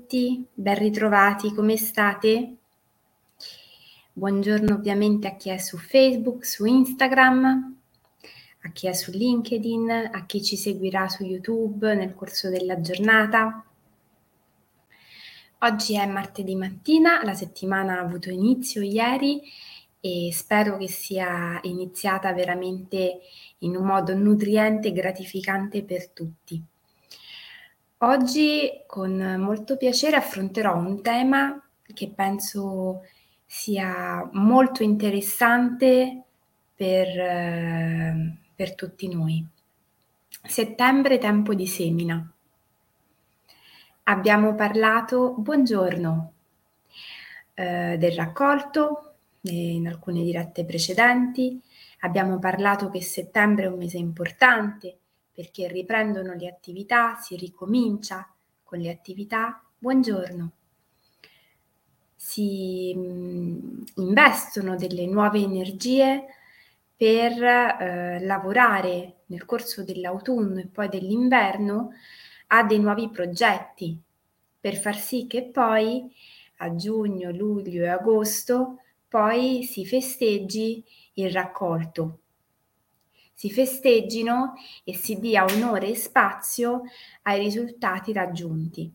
tutti, ben ritrovati, come state? Buongiorno ovviamente a chi è su Facebook, su Instagram, a chi è su LinkedIn, a chi ci seguirà su YouTube nel corso della giornata. Oggi è martedì mattina, la settimana ha avuto inizio ieri e spero che sia iniziata veramente in un modo nutriente e gratificante per tutti. Oggi con molto piacere affronterò un tema che penso sia molto interessante per tutti noi. Settembre, tempo di semina. Abbiamo parlato, buongiorno, del raccolto in alcune dirette precedenti. Abbiamo parlato che settembre è un mese importante perché riprendono le attività, si ricomincia con le attività. Buongiorno. Si investono delle nuove energie per lavorare nel corso dell'autunno e poi dell'inverno a dei nuovi progetti, per far sì che poi a giugno, luglio e agosto poi si festeggi il raccolto. Si festeggino e si dia onore e spazio ai risultati raggiunti.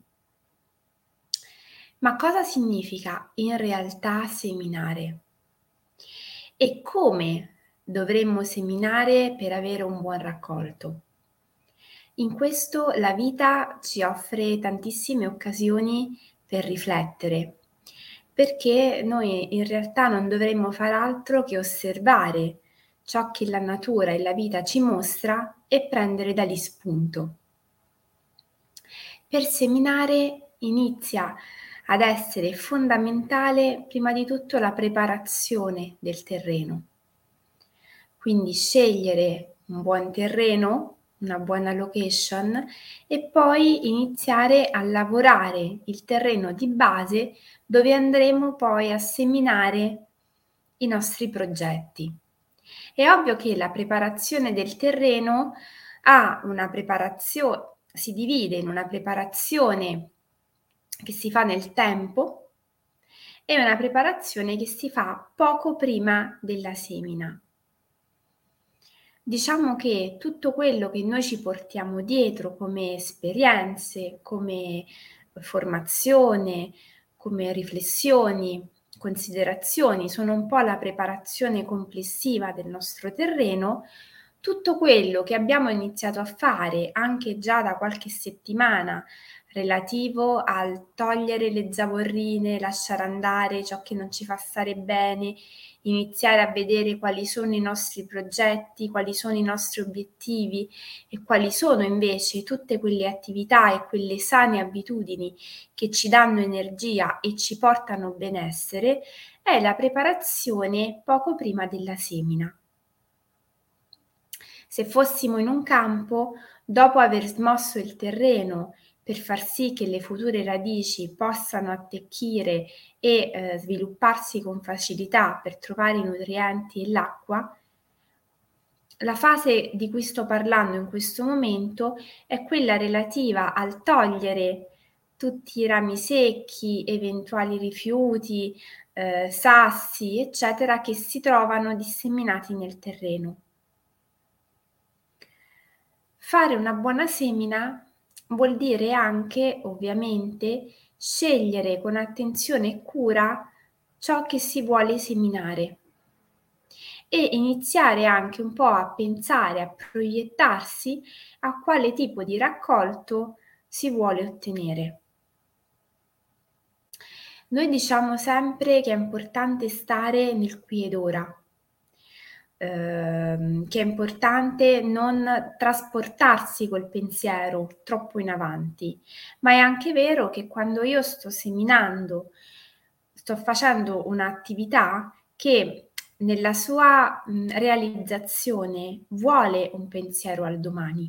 Ma cosa significa in realtà seminare? E come dovremmo seminare per avere un buon raccolto? In questo la vita ci offre tantissime occasioni per riflettere, perché noi in realtà non dovremmo far altro che osservare ciò che la natura e la vita ci mostra e prendere da lì spunto. Per seminare inizia ad essere fondamentale prima di tutto la preparazione del terreno. Quindi scegliere un buon terreno, una buona location e poi iniziare a lavorare il terreno di base dove andremo poi a seminare i nostri progetti. È ovvio che la preparazione del terreno si divide in una preparazione che si fa nel tempo e una preparazione che si fa poco prima della semina. Diciamo che tutto quello che noi ci portiamo dietro come esperienze, come formazione, come riflessioni, considerazioni, sono un po' la preparazione complessiva del nostro terreno. Tutto quello che abbiamo iniziato a fare anche già da qualche settimana relativo al togliere le zavorrine, lasciare andare ciò che non ci fa stare bene, iniziare a vedere quali sono i nostri progetti, quali sono i nostri obiettivi e quali sono invece tutte quelle attività e quelle sane abitudini che ci danno energia e ci portano benessere, è la preparazione poco prima della semina. Se fossimo in un campo, dopo aver smosso il terreno per far sì che le future radici possano attecchire e svilupparsi con facilità per trovare i nutrienti e l'acqua, la fase di cui sto parlando in questo momento è quella relativa al togliere tutti i rami secchi, eventuali rifiuti, sassi, eccetera, che si trovano disseminati nel terreno. Fare una buona semina vuol dire anche, ovviamente, scegliere con attenzione e cura ciò che si vuole seminare e iniziare anche un po' a pensare, a proiettarsi a quale tipo di raccolto si vuole ottenere. Noi diciamo sempre che è importante stare nel qui ed ora, che è importante non trasportarsi col pensiero troppo in avanti, ma è anche vero che quando io sto seminando, sto facendo un'attività che nella sua realizzazione vuole un pensiero al domani.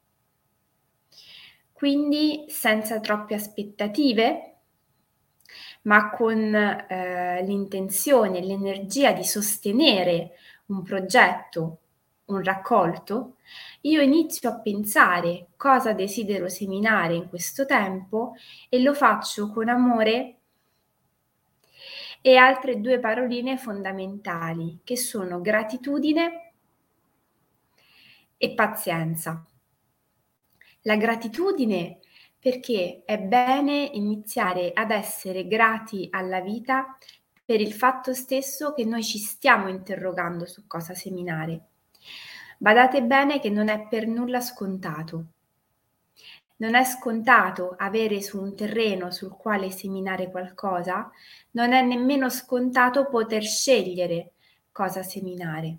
Quindi senza troppe aspettative, ma con l'intenzione e l'energia di sostenere un progetto un raccolto, io inizio a pensare cosa desidero seminare in questo tempo e lo faccio con amore e altre 2 paroline fondamentali che sono gratitudine e pazienza. La gratitudine perché è bene iniziare ad essere grati alla vita per il fatto stesso che noi ci stiamo interrogando su cosa seminare. Badate bene che non è per nulla scontato. Non è scontato avere su un terreno sul quale seminare qualcosa, non è nemmeno scontato poter scegliere cosa seminare.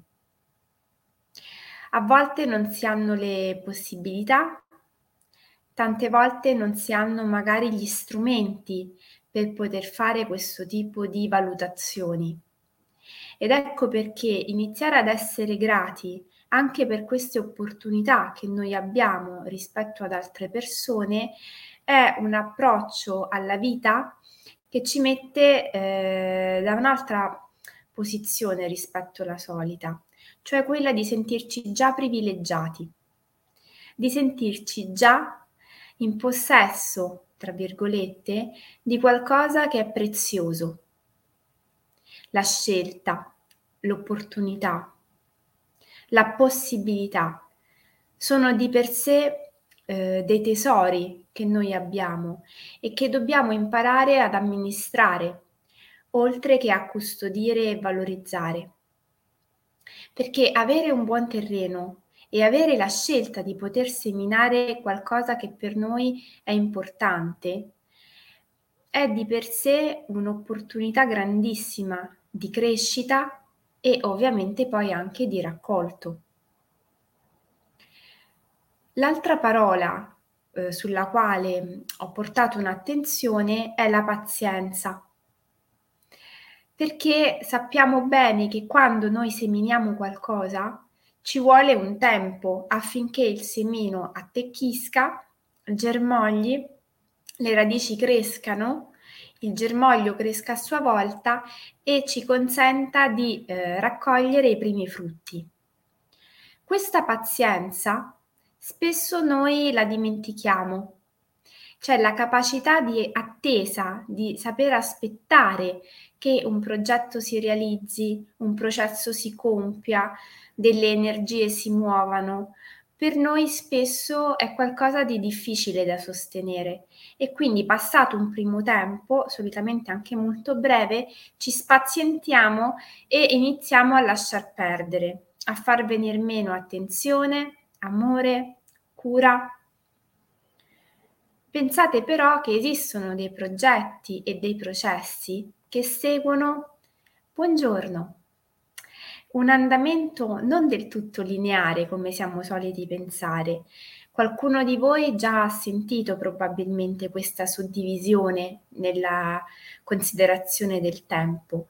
A volte non si hanno le possibilità, tante volte non si hanno magari gli strumenti per poter fare questo tipo di valutazioni. Ed ecco perché iniziare ad essere grati anche per queste opportunità che noi abbiamo rispetto ad altre persone è un approccio alla vita che ci mette da un'altra posizione rispetto alla solita, cioè quella di sentirci già privilegiati, di sentirci già in possesso, tra virgolette, di qualcosa che è prezioso. La scelta, l'opportunità, la possibilità sono di per sé dei tesori che noi abbiamo e che dobbiamo imparare ad amministrare, oltre che a custodire e valorizzare. Perché avere un buon terreno e avere la scelta di poter seminare qualcosa che per noi è importante, è di per sé un'opportunità grandissima di crescita e ovviamente poi anche di raccolto. L'altra parola, sulla quale ho portato un'attenzione è la pazienza. Perché sappiamo bene che quando noi seminiamo qualcosa, ci vuole un tempo affinché il semino attecchisca, germogli, le radici crescano, il germoglio cresca a sua volta e ci consenta di, raccogliere i primi frutti. Questa pazienza spesso noi la dimentichiamo, cioè la capacità di attesa, di saper aspettare che un progetto si realizzi, un processo si compia, delle energie si muovano, per noi spesso è qualcosa di difficile da sostenere e quindi passato un primo tempo, solitamente anche molto breve, ci spazientiamo e iniziamo a lasciar perdere, a far venir meno attenzione, amore, cura. Pensate però che esistono dei progetti e dei processi che seguono, buongiorno, un andamento non del tutto lineare come siamo soliti pensare. Qualcuno di voi già ha sentito probabilmente questa suddivisione nella considerazione del tempo.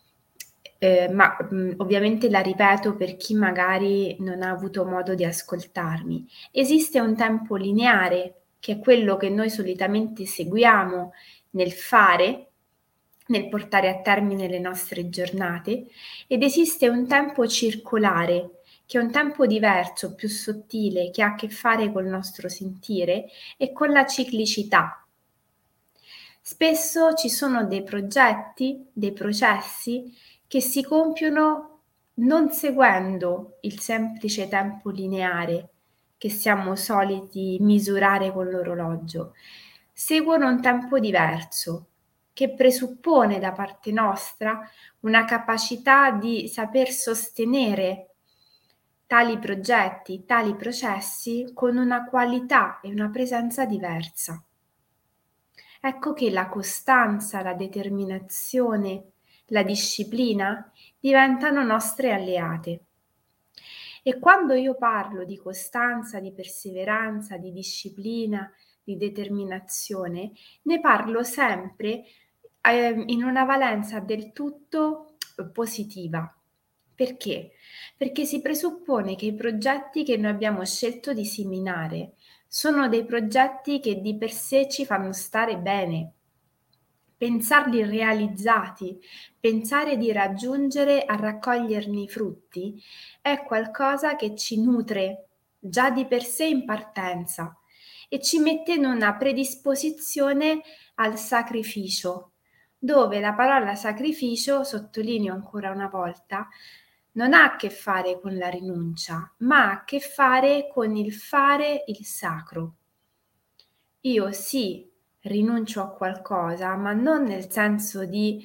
Ovviamente la ripeto per chi magari non ha avuto modo di ascoltarmi. Esiste un tempo lineare, che è quello che noi solitamente seguiamo nel fare, nel portare a termine le nostre giornate, ed esiste un tempo circolare, che è un tempo diverso, più sottile, che ha a che fare col nostro sentire e con la ciclicità. Spesso ci sono dei progetti, dei processi che si compiono non seguendo il semplice tempo lineare che siamo soliti misurare con l'orologio. Seguono un tempo diverso, che presuppone da parte nostra una capacità di saper sostenere tali progetti, tali processi con una qualità e una presenza diversa. Ecco che la costanza, la determinazione, la disciplina diventano nostre alleate. E quando io parlo di costanza, di perseveranza, di disciplina, di determinazione, ne parlo sempre in una valenza del tutto positiva. Perché? Perché si presuppone che i progetti che noi abbiamo scelto di seminare sono dei progetti che di per sé ci fanno stare bene, pensarli realizzati, pensare di raggiungere a raccoglierne i frutti, è qualcosa che ci nutre già di per sé in partenza e ci mette in una predisposizione al sacrificio, dove la parola sacrificio, sottolineo ancora una volta, non ha a che fare con la rinuncia, ma ha a che fare con il fare il sacro. Io sì, rinuncio a qualcosa, ma non nel senso di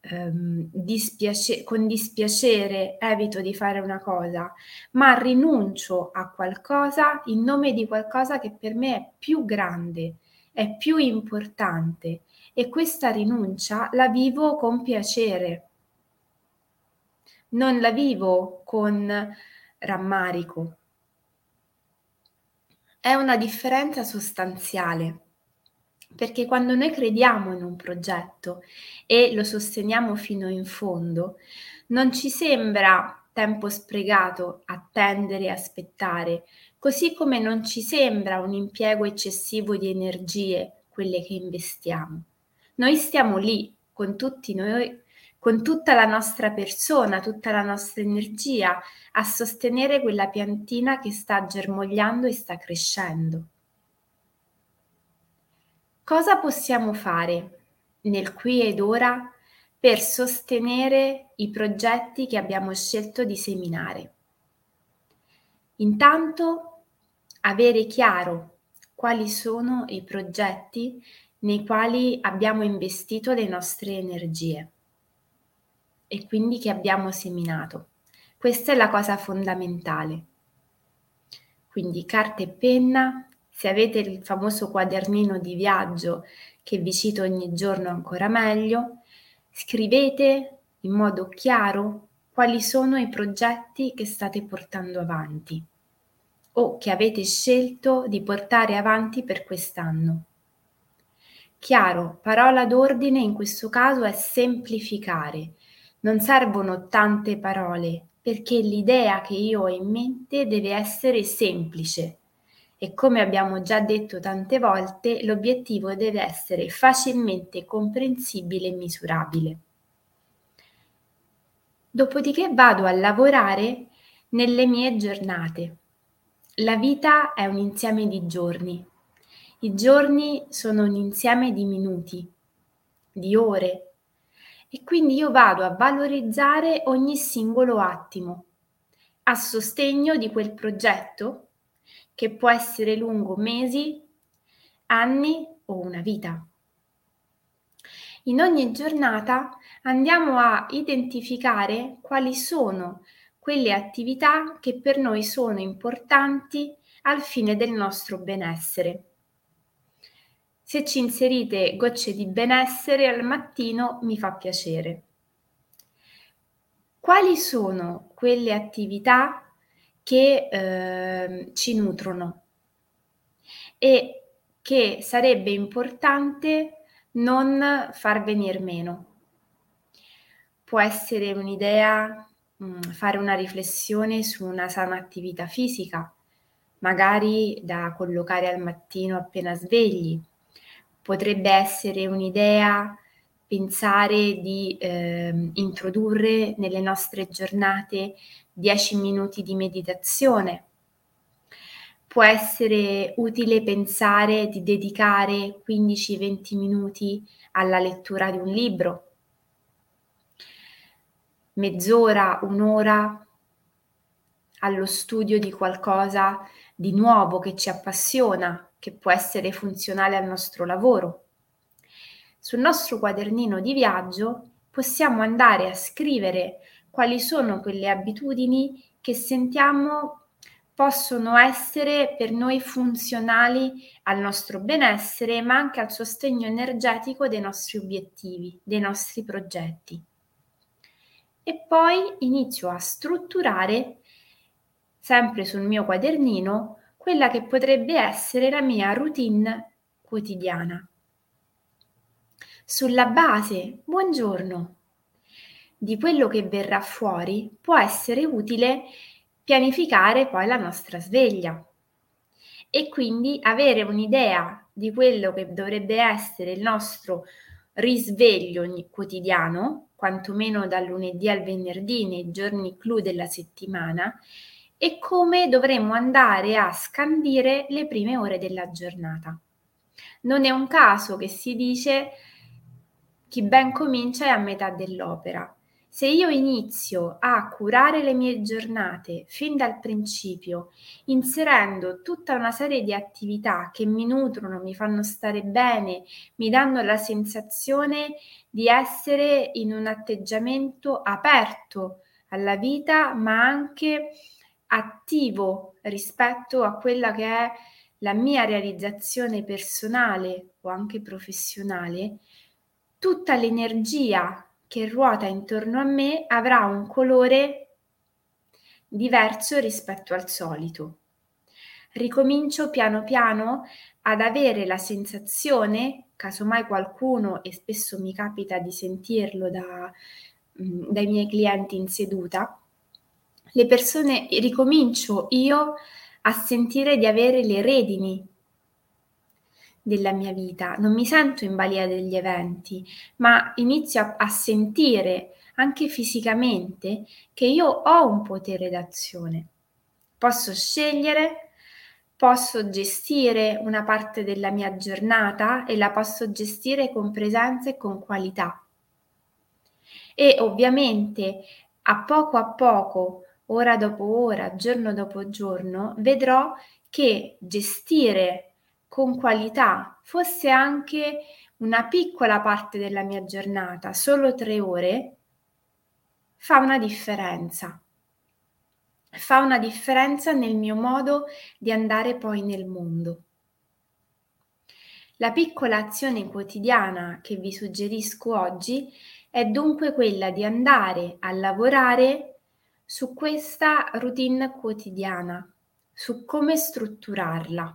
con dispiacere evito di fare una cosa, ma rinuncio a qualcosa in nome di qualcosa che per me è più grande, è più importante e questa rinuncia la vivo con piacere, non la vivo con rammarico. È una differenza sostanziale. Perché quando noi crediamo in un progetto e lo sosteniamo fino in fondo, non ci sembra tempo sprecato attendere e aspettare, così come non ci sembra un impiego eccessivo di energie quelle che investiamo. Noi stiamo lì con tutti noi, con tutta la nostra persona, tutta la nostra energia a sostenere quella piantina che sta germogliando e sta crescendo. Cosa possiamo fare nel qui ed ora per sostenere i progetti che abbiamo scelto di seminare? Intanto avere chiaro quali sono i progetti nei quali abbiamo investito le nostre energie e quindi che abbiamo seminato. Questa è la cosa fondamentale. Quindi carta e penna, se avete il famoso quadernino di viaggio che vi cito ogni giorno ancora meglio, scrivete in modo chiaro quali sono i progetti che state portando avanti o che avete scelto di portare avanti per quest'anno. Chiaro, parola d'ordine in questo caso è semplificare. Non servono tante parole perché l'idea che io ho in mente deve essere semplice e come abbiamo già detto tante volte, l'obiettivo deve essere facilmente comprensibile e misurabile. Dopodiché vado a lavorare nelle mie giornate. La vita è un insieme di giorni. I giorni sono un insieme di minuti, di ore e quindi io vado a valorizzare ogni singolo attimo a sostegno di quel progetto che può essere lungo mesi, anni o una vita. In ogni giornata andiamo a identificare quali sono quelle attività che per noi sono importanti al fine del nostro benessere. Se ci inserite gocce di benessere al mattino mi fa piacere. Quali sono quelle attività che ci nutrono e che sarebbe importante non far venir meno? Può essere un'idea, fare una riflessione su una sana attività fisica, magari da collocare al mattino appena svegli. Potrebbe essere un'idea pensare di, introdurre nelle nostre giornate 10 minuti di meditazione. Può essere utile pensare di dedicare 15-20 minuti alla lettura di un libro. Mezz'ora, un'ora allo studio di qualcosa di nuovo che ci appassiona, che può essere funzionale al nostro lavoro. Sul nostro quadernino di viaggio possiamo andare a scrivere quali sono quelle abitudini che sentiamo possono essere per noi funzionali al nostro benessere, ma anche al sostegno energetico dei nostri obiettivi, dei nostri progetti. E poi inizio a strutturare, sempre sul mio quadernino, quella che potrebbe essere la mia routine quotidiana. Sulla base, buongiorno, di quello che verrà fuori, può essere utile pianificare poi la nostra sveglia e quindi avere un'idea di quello che dovrebbe essere il nostro risveglio quotidiano, quantomeno dal lunedì al venerdì, nei giorni clou della settimana, e come dovremmo andare a scandire le prime ore della giornata. Non è un caso che si dice: chi ben comincia è a metà dell'opera. Se io inizio a curare le mie giornate fin dal principio, inserendo tutta una serie di attività che mi nutrono, mi fanno stare bene, mi danno la sensazione di essere in un atteggiamento aperto alla vita, ma anche attivo rispetto a quella che è la mia realizzazione personale o anche professionale, tutta l'energia che ruota intorno a me avrà un colore diverso rispetto al solito. Ricomincio piano piano ad avere la sensazione, casomai qualcuno, e spesso mi capita di sentirlo dai miei clienti in seduta, le persone ricomincio io a sentire di avere le redini della mia vita, non mi sento in balia degli eventi, ma inizio a sentire anche fisicamente che io ho un potere d'azione. Posso scegliere, posso gestire una parte della mia giornata e la posso gestire con presenza e con qualità. E ovviamente a poco, ora dopo ora, giorno dopo giorno, vedrò che gestire con qualità, fosse anche una piccola parte della mia giornata, solo 3 ore, fa una differenza. Fa una differenza nel mio modo di andare poi nel mondo. La piccola azione quotidiana che vi suggerisco oggi è dunque quella di andare a lavorare su questa routine quotidiana, su come strutturarla.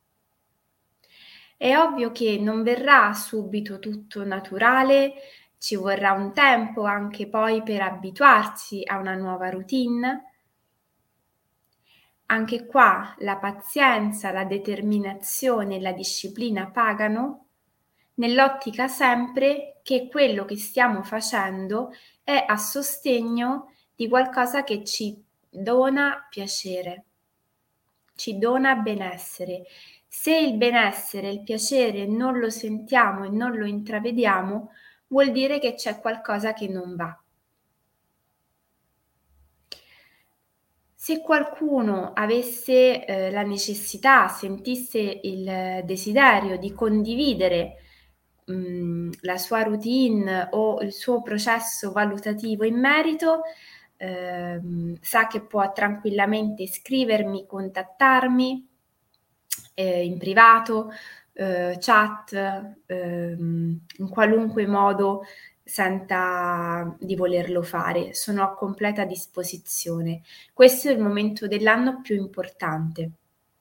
È ovvio che non verrà subito tutto naturale, ci vorrà un tempo anche poi per abituarsi a una nuova routine. Anche qua la pazienza, la determinazione e la disciplina pagano, nell'ottica sempre che quello che stiamo facendo è a sostegno di qualcosa che ci dona piacere, ci dona benessere. Se il benessere e il piacere non lo sentiamo e non lo intravediamo, vuol dire che c'è qualcosa che non va. Se qualcuno avesse la necessità, sentisse il desiderio di condividere la sua routine o il suo processo valutativo in merito, sa che può tranquillamente scrivermi, contattarmi in privato, chat, in qualunque modo senta di volerlo fare. Sono a completa disposizione. Questo è il momento dell'anno più importante,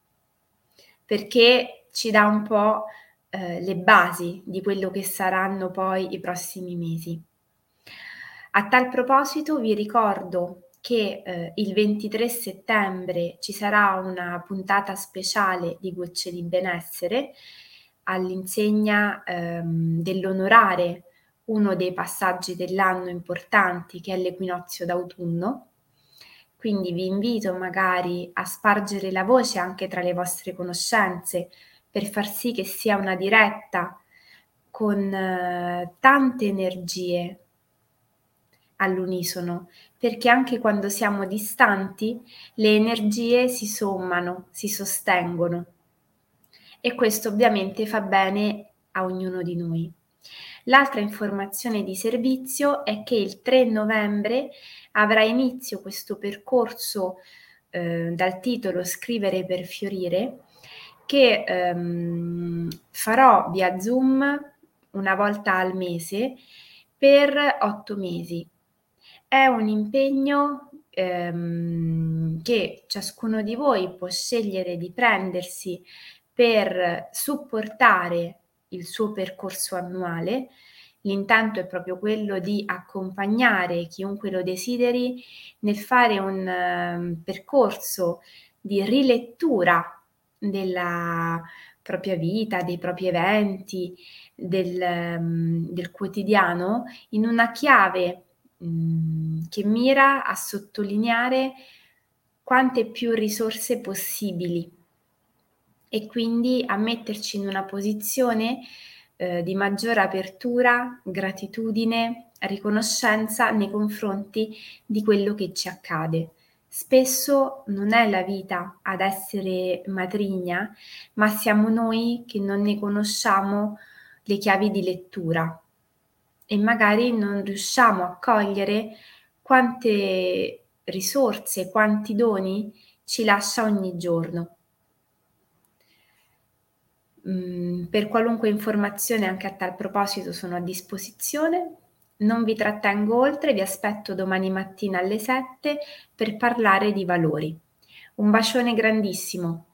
perché ci dà un po', le basi di quello che saranno poi i prossimi mesi. A tal proposito vi ricordo che, il 23 settembre ci sarà una puntata speciale di Gocce di Benessere, all'insegna, dell'onorare uno dei passaggi dell'anno importanti, che è l'equinozio d'autunno. Quindi vi invito magari a spargere la voce anche tra le vostre conoscenze, per far sì che sia una diretta con tante energie all'unisono, perché anche quando siamo distanti le energie si sommano, si sostengono e questo ovviamente fa bene a ognuno di noi. L'altra informazione di servizio è che il 3 novembre avrà inizio questo percorso dal titolo Scrivere per fiorire, che farò via Zoom una volta al mese per 8 mesi. È un impegno che ciascuno di voi può scegliere di prendersi per supportare il suo percorso annuale. L'intento è proprio quello di accompagnare chiunque lo desideri nel fare un percorso di rilettura della propria vita, dei propri eventi, del quotidiano in una chiave, che mira a sottolineare quante più risorse possibili e quindi a metterci in una posizione, di maggiore apertura, gratitudine, riconoscenza nei confronti di quello che ci accade. Spesso non è la vita ad essere matrigna, ma siamo noi che non ne conosciamo le chiavi di lettura e magari non riusciamo a cogliere quante risorse, quanti doni ci lascia ogni giorno. Per qualunque informazione anche a tal proposito sono a disposizione. Non vi trattengo oltre, vi aspetto domani mattina alle 7 per parlare di valori. Un bacione grandissimo.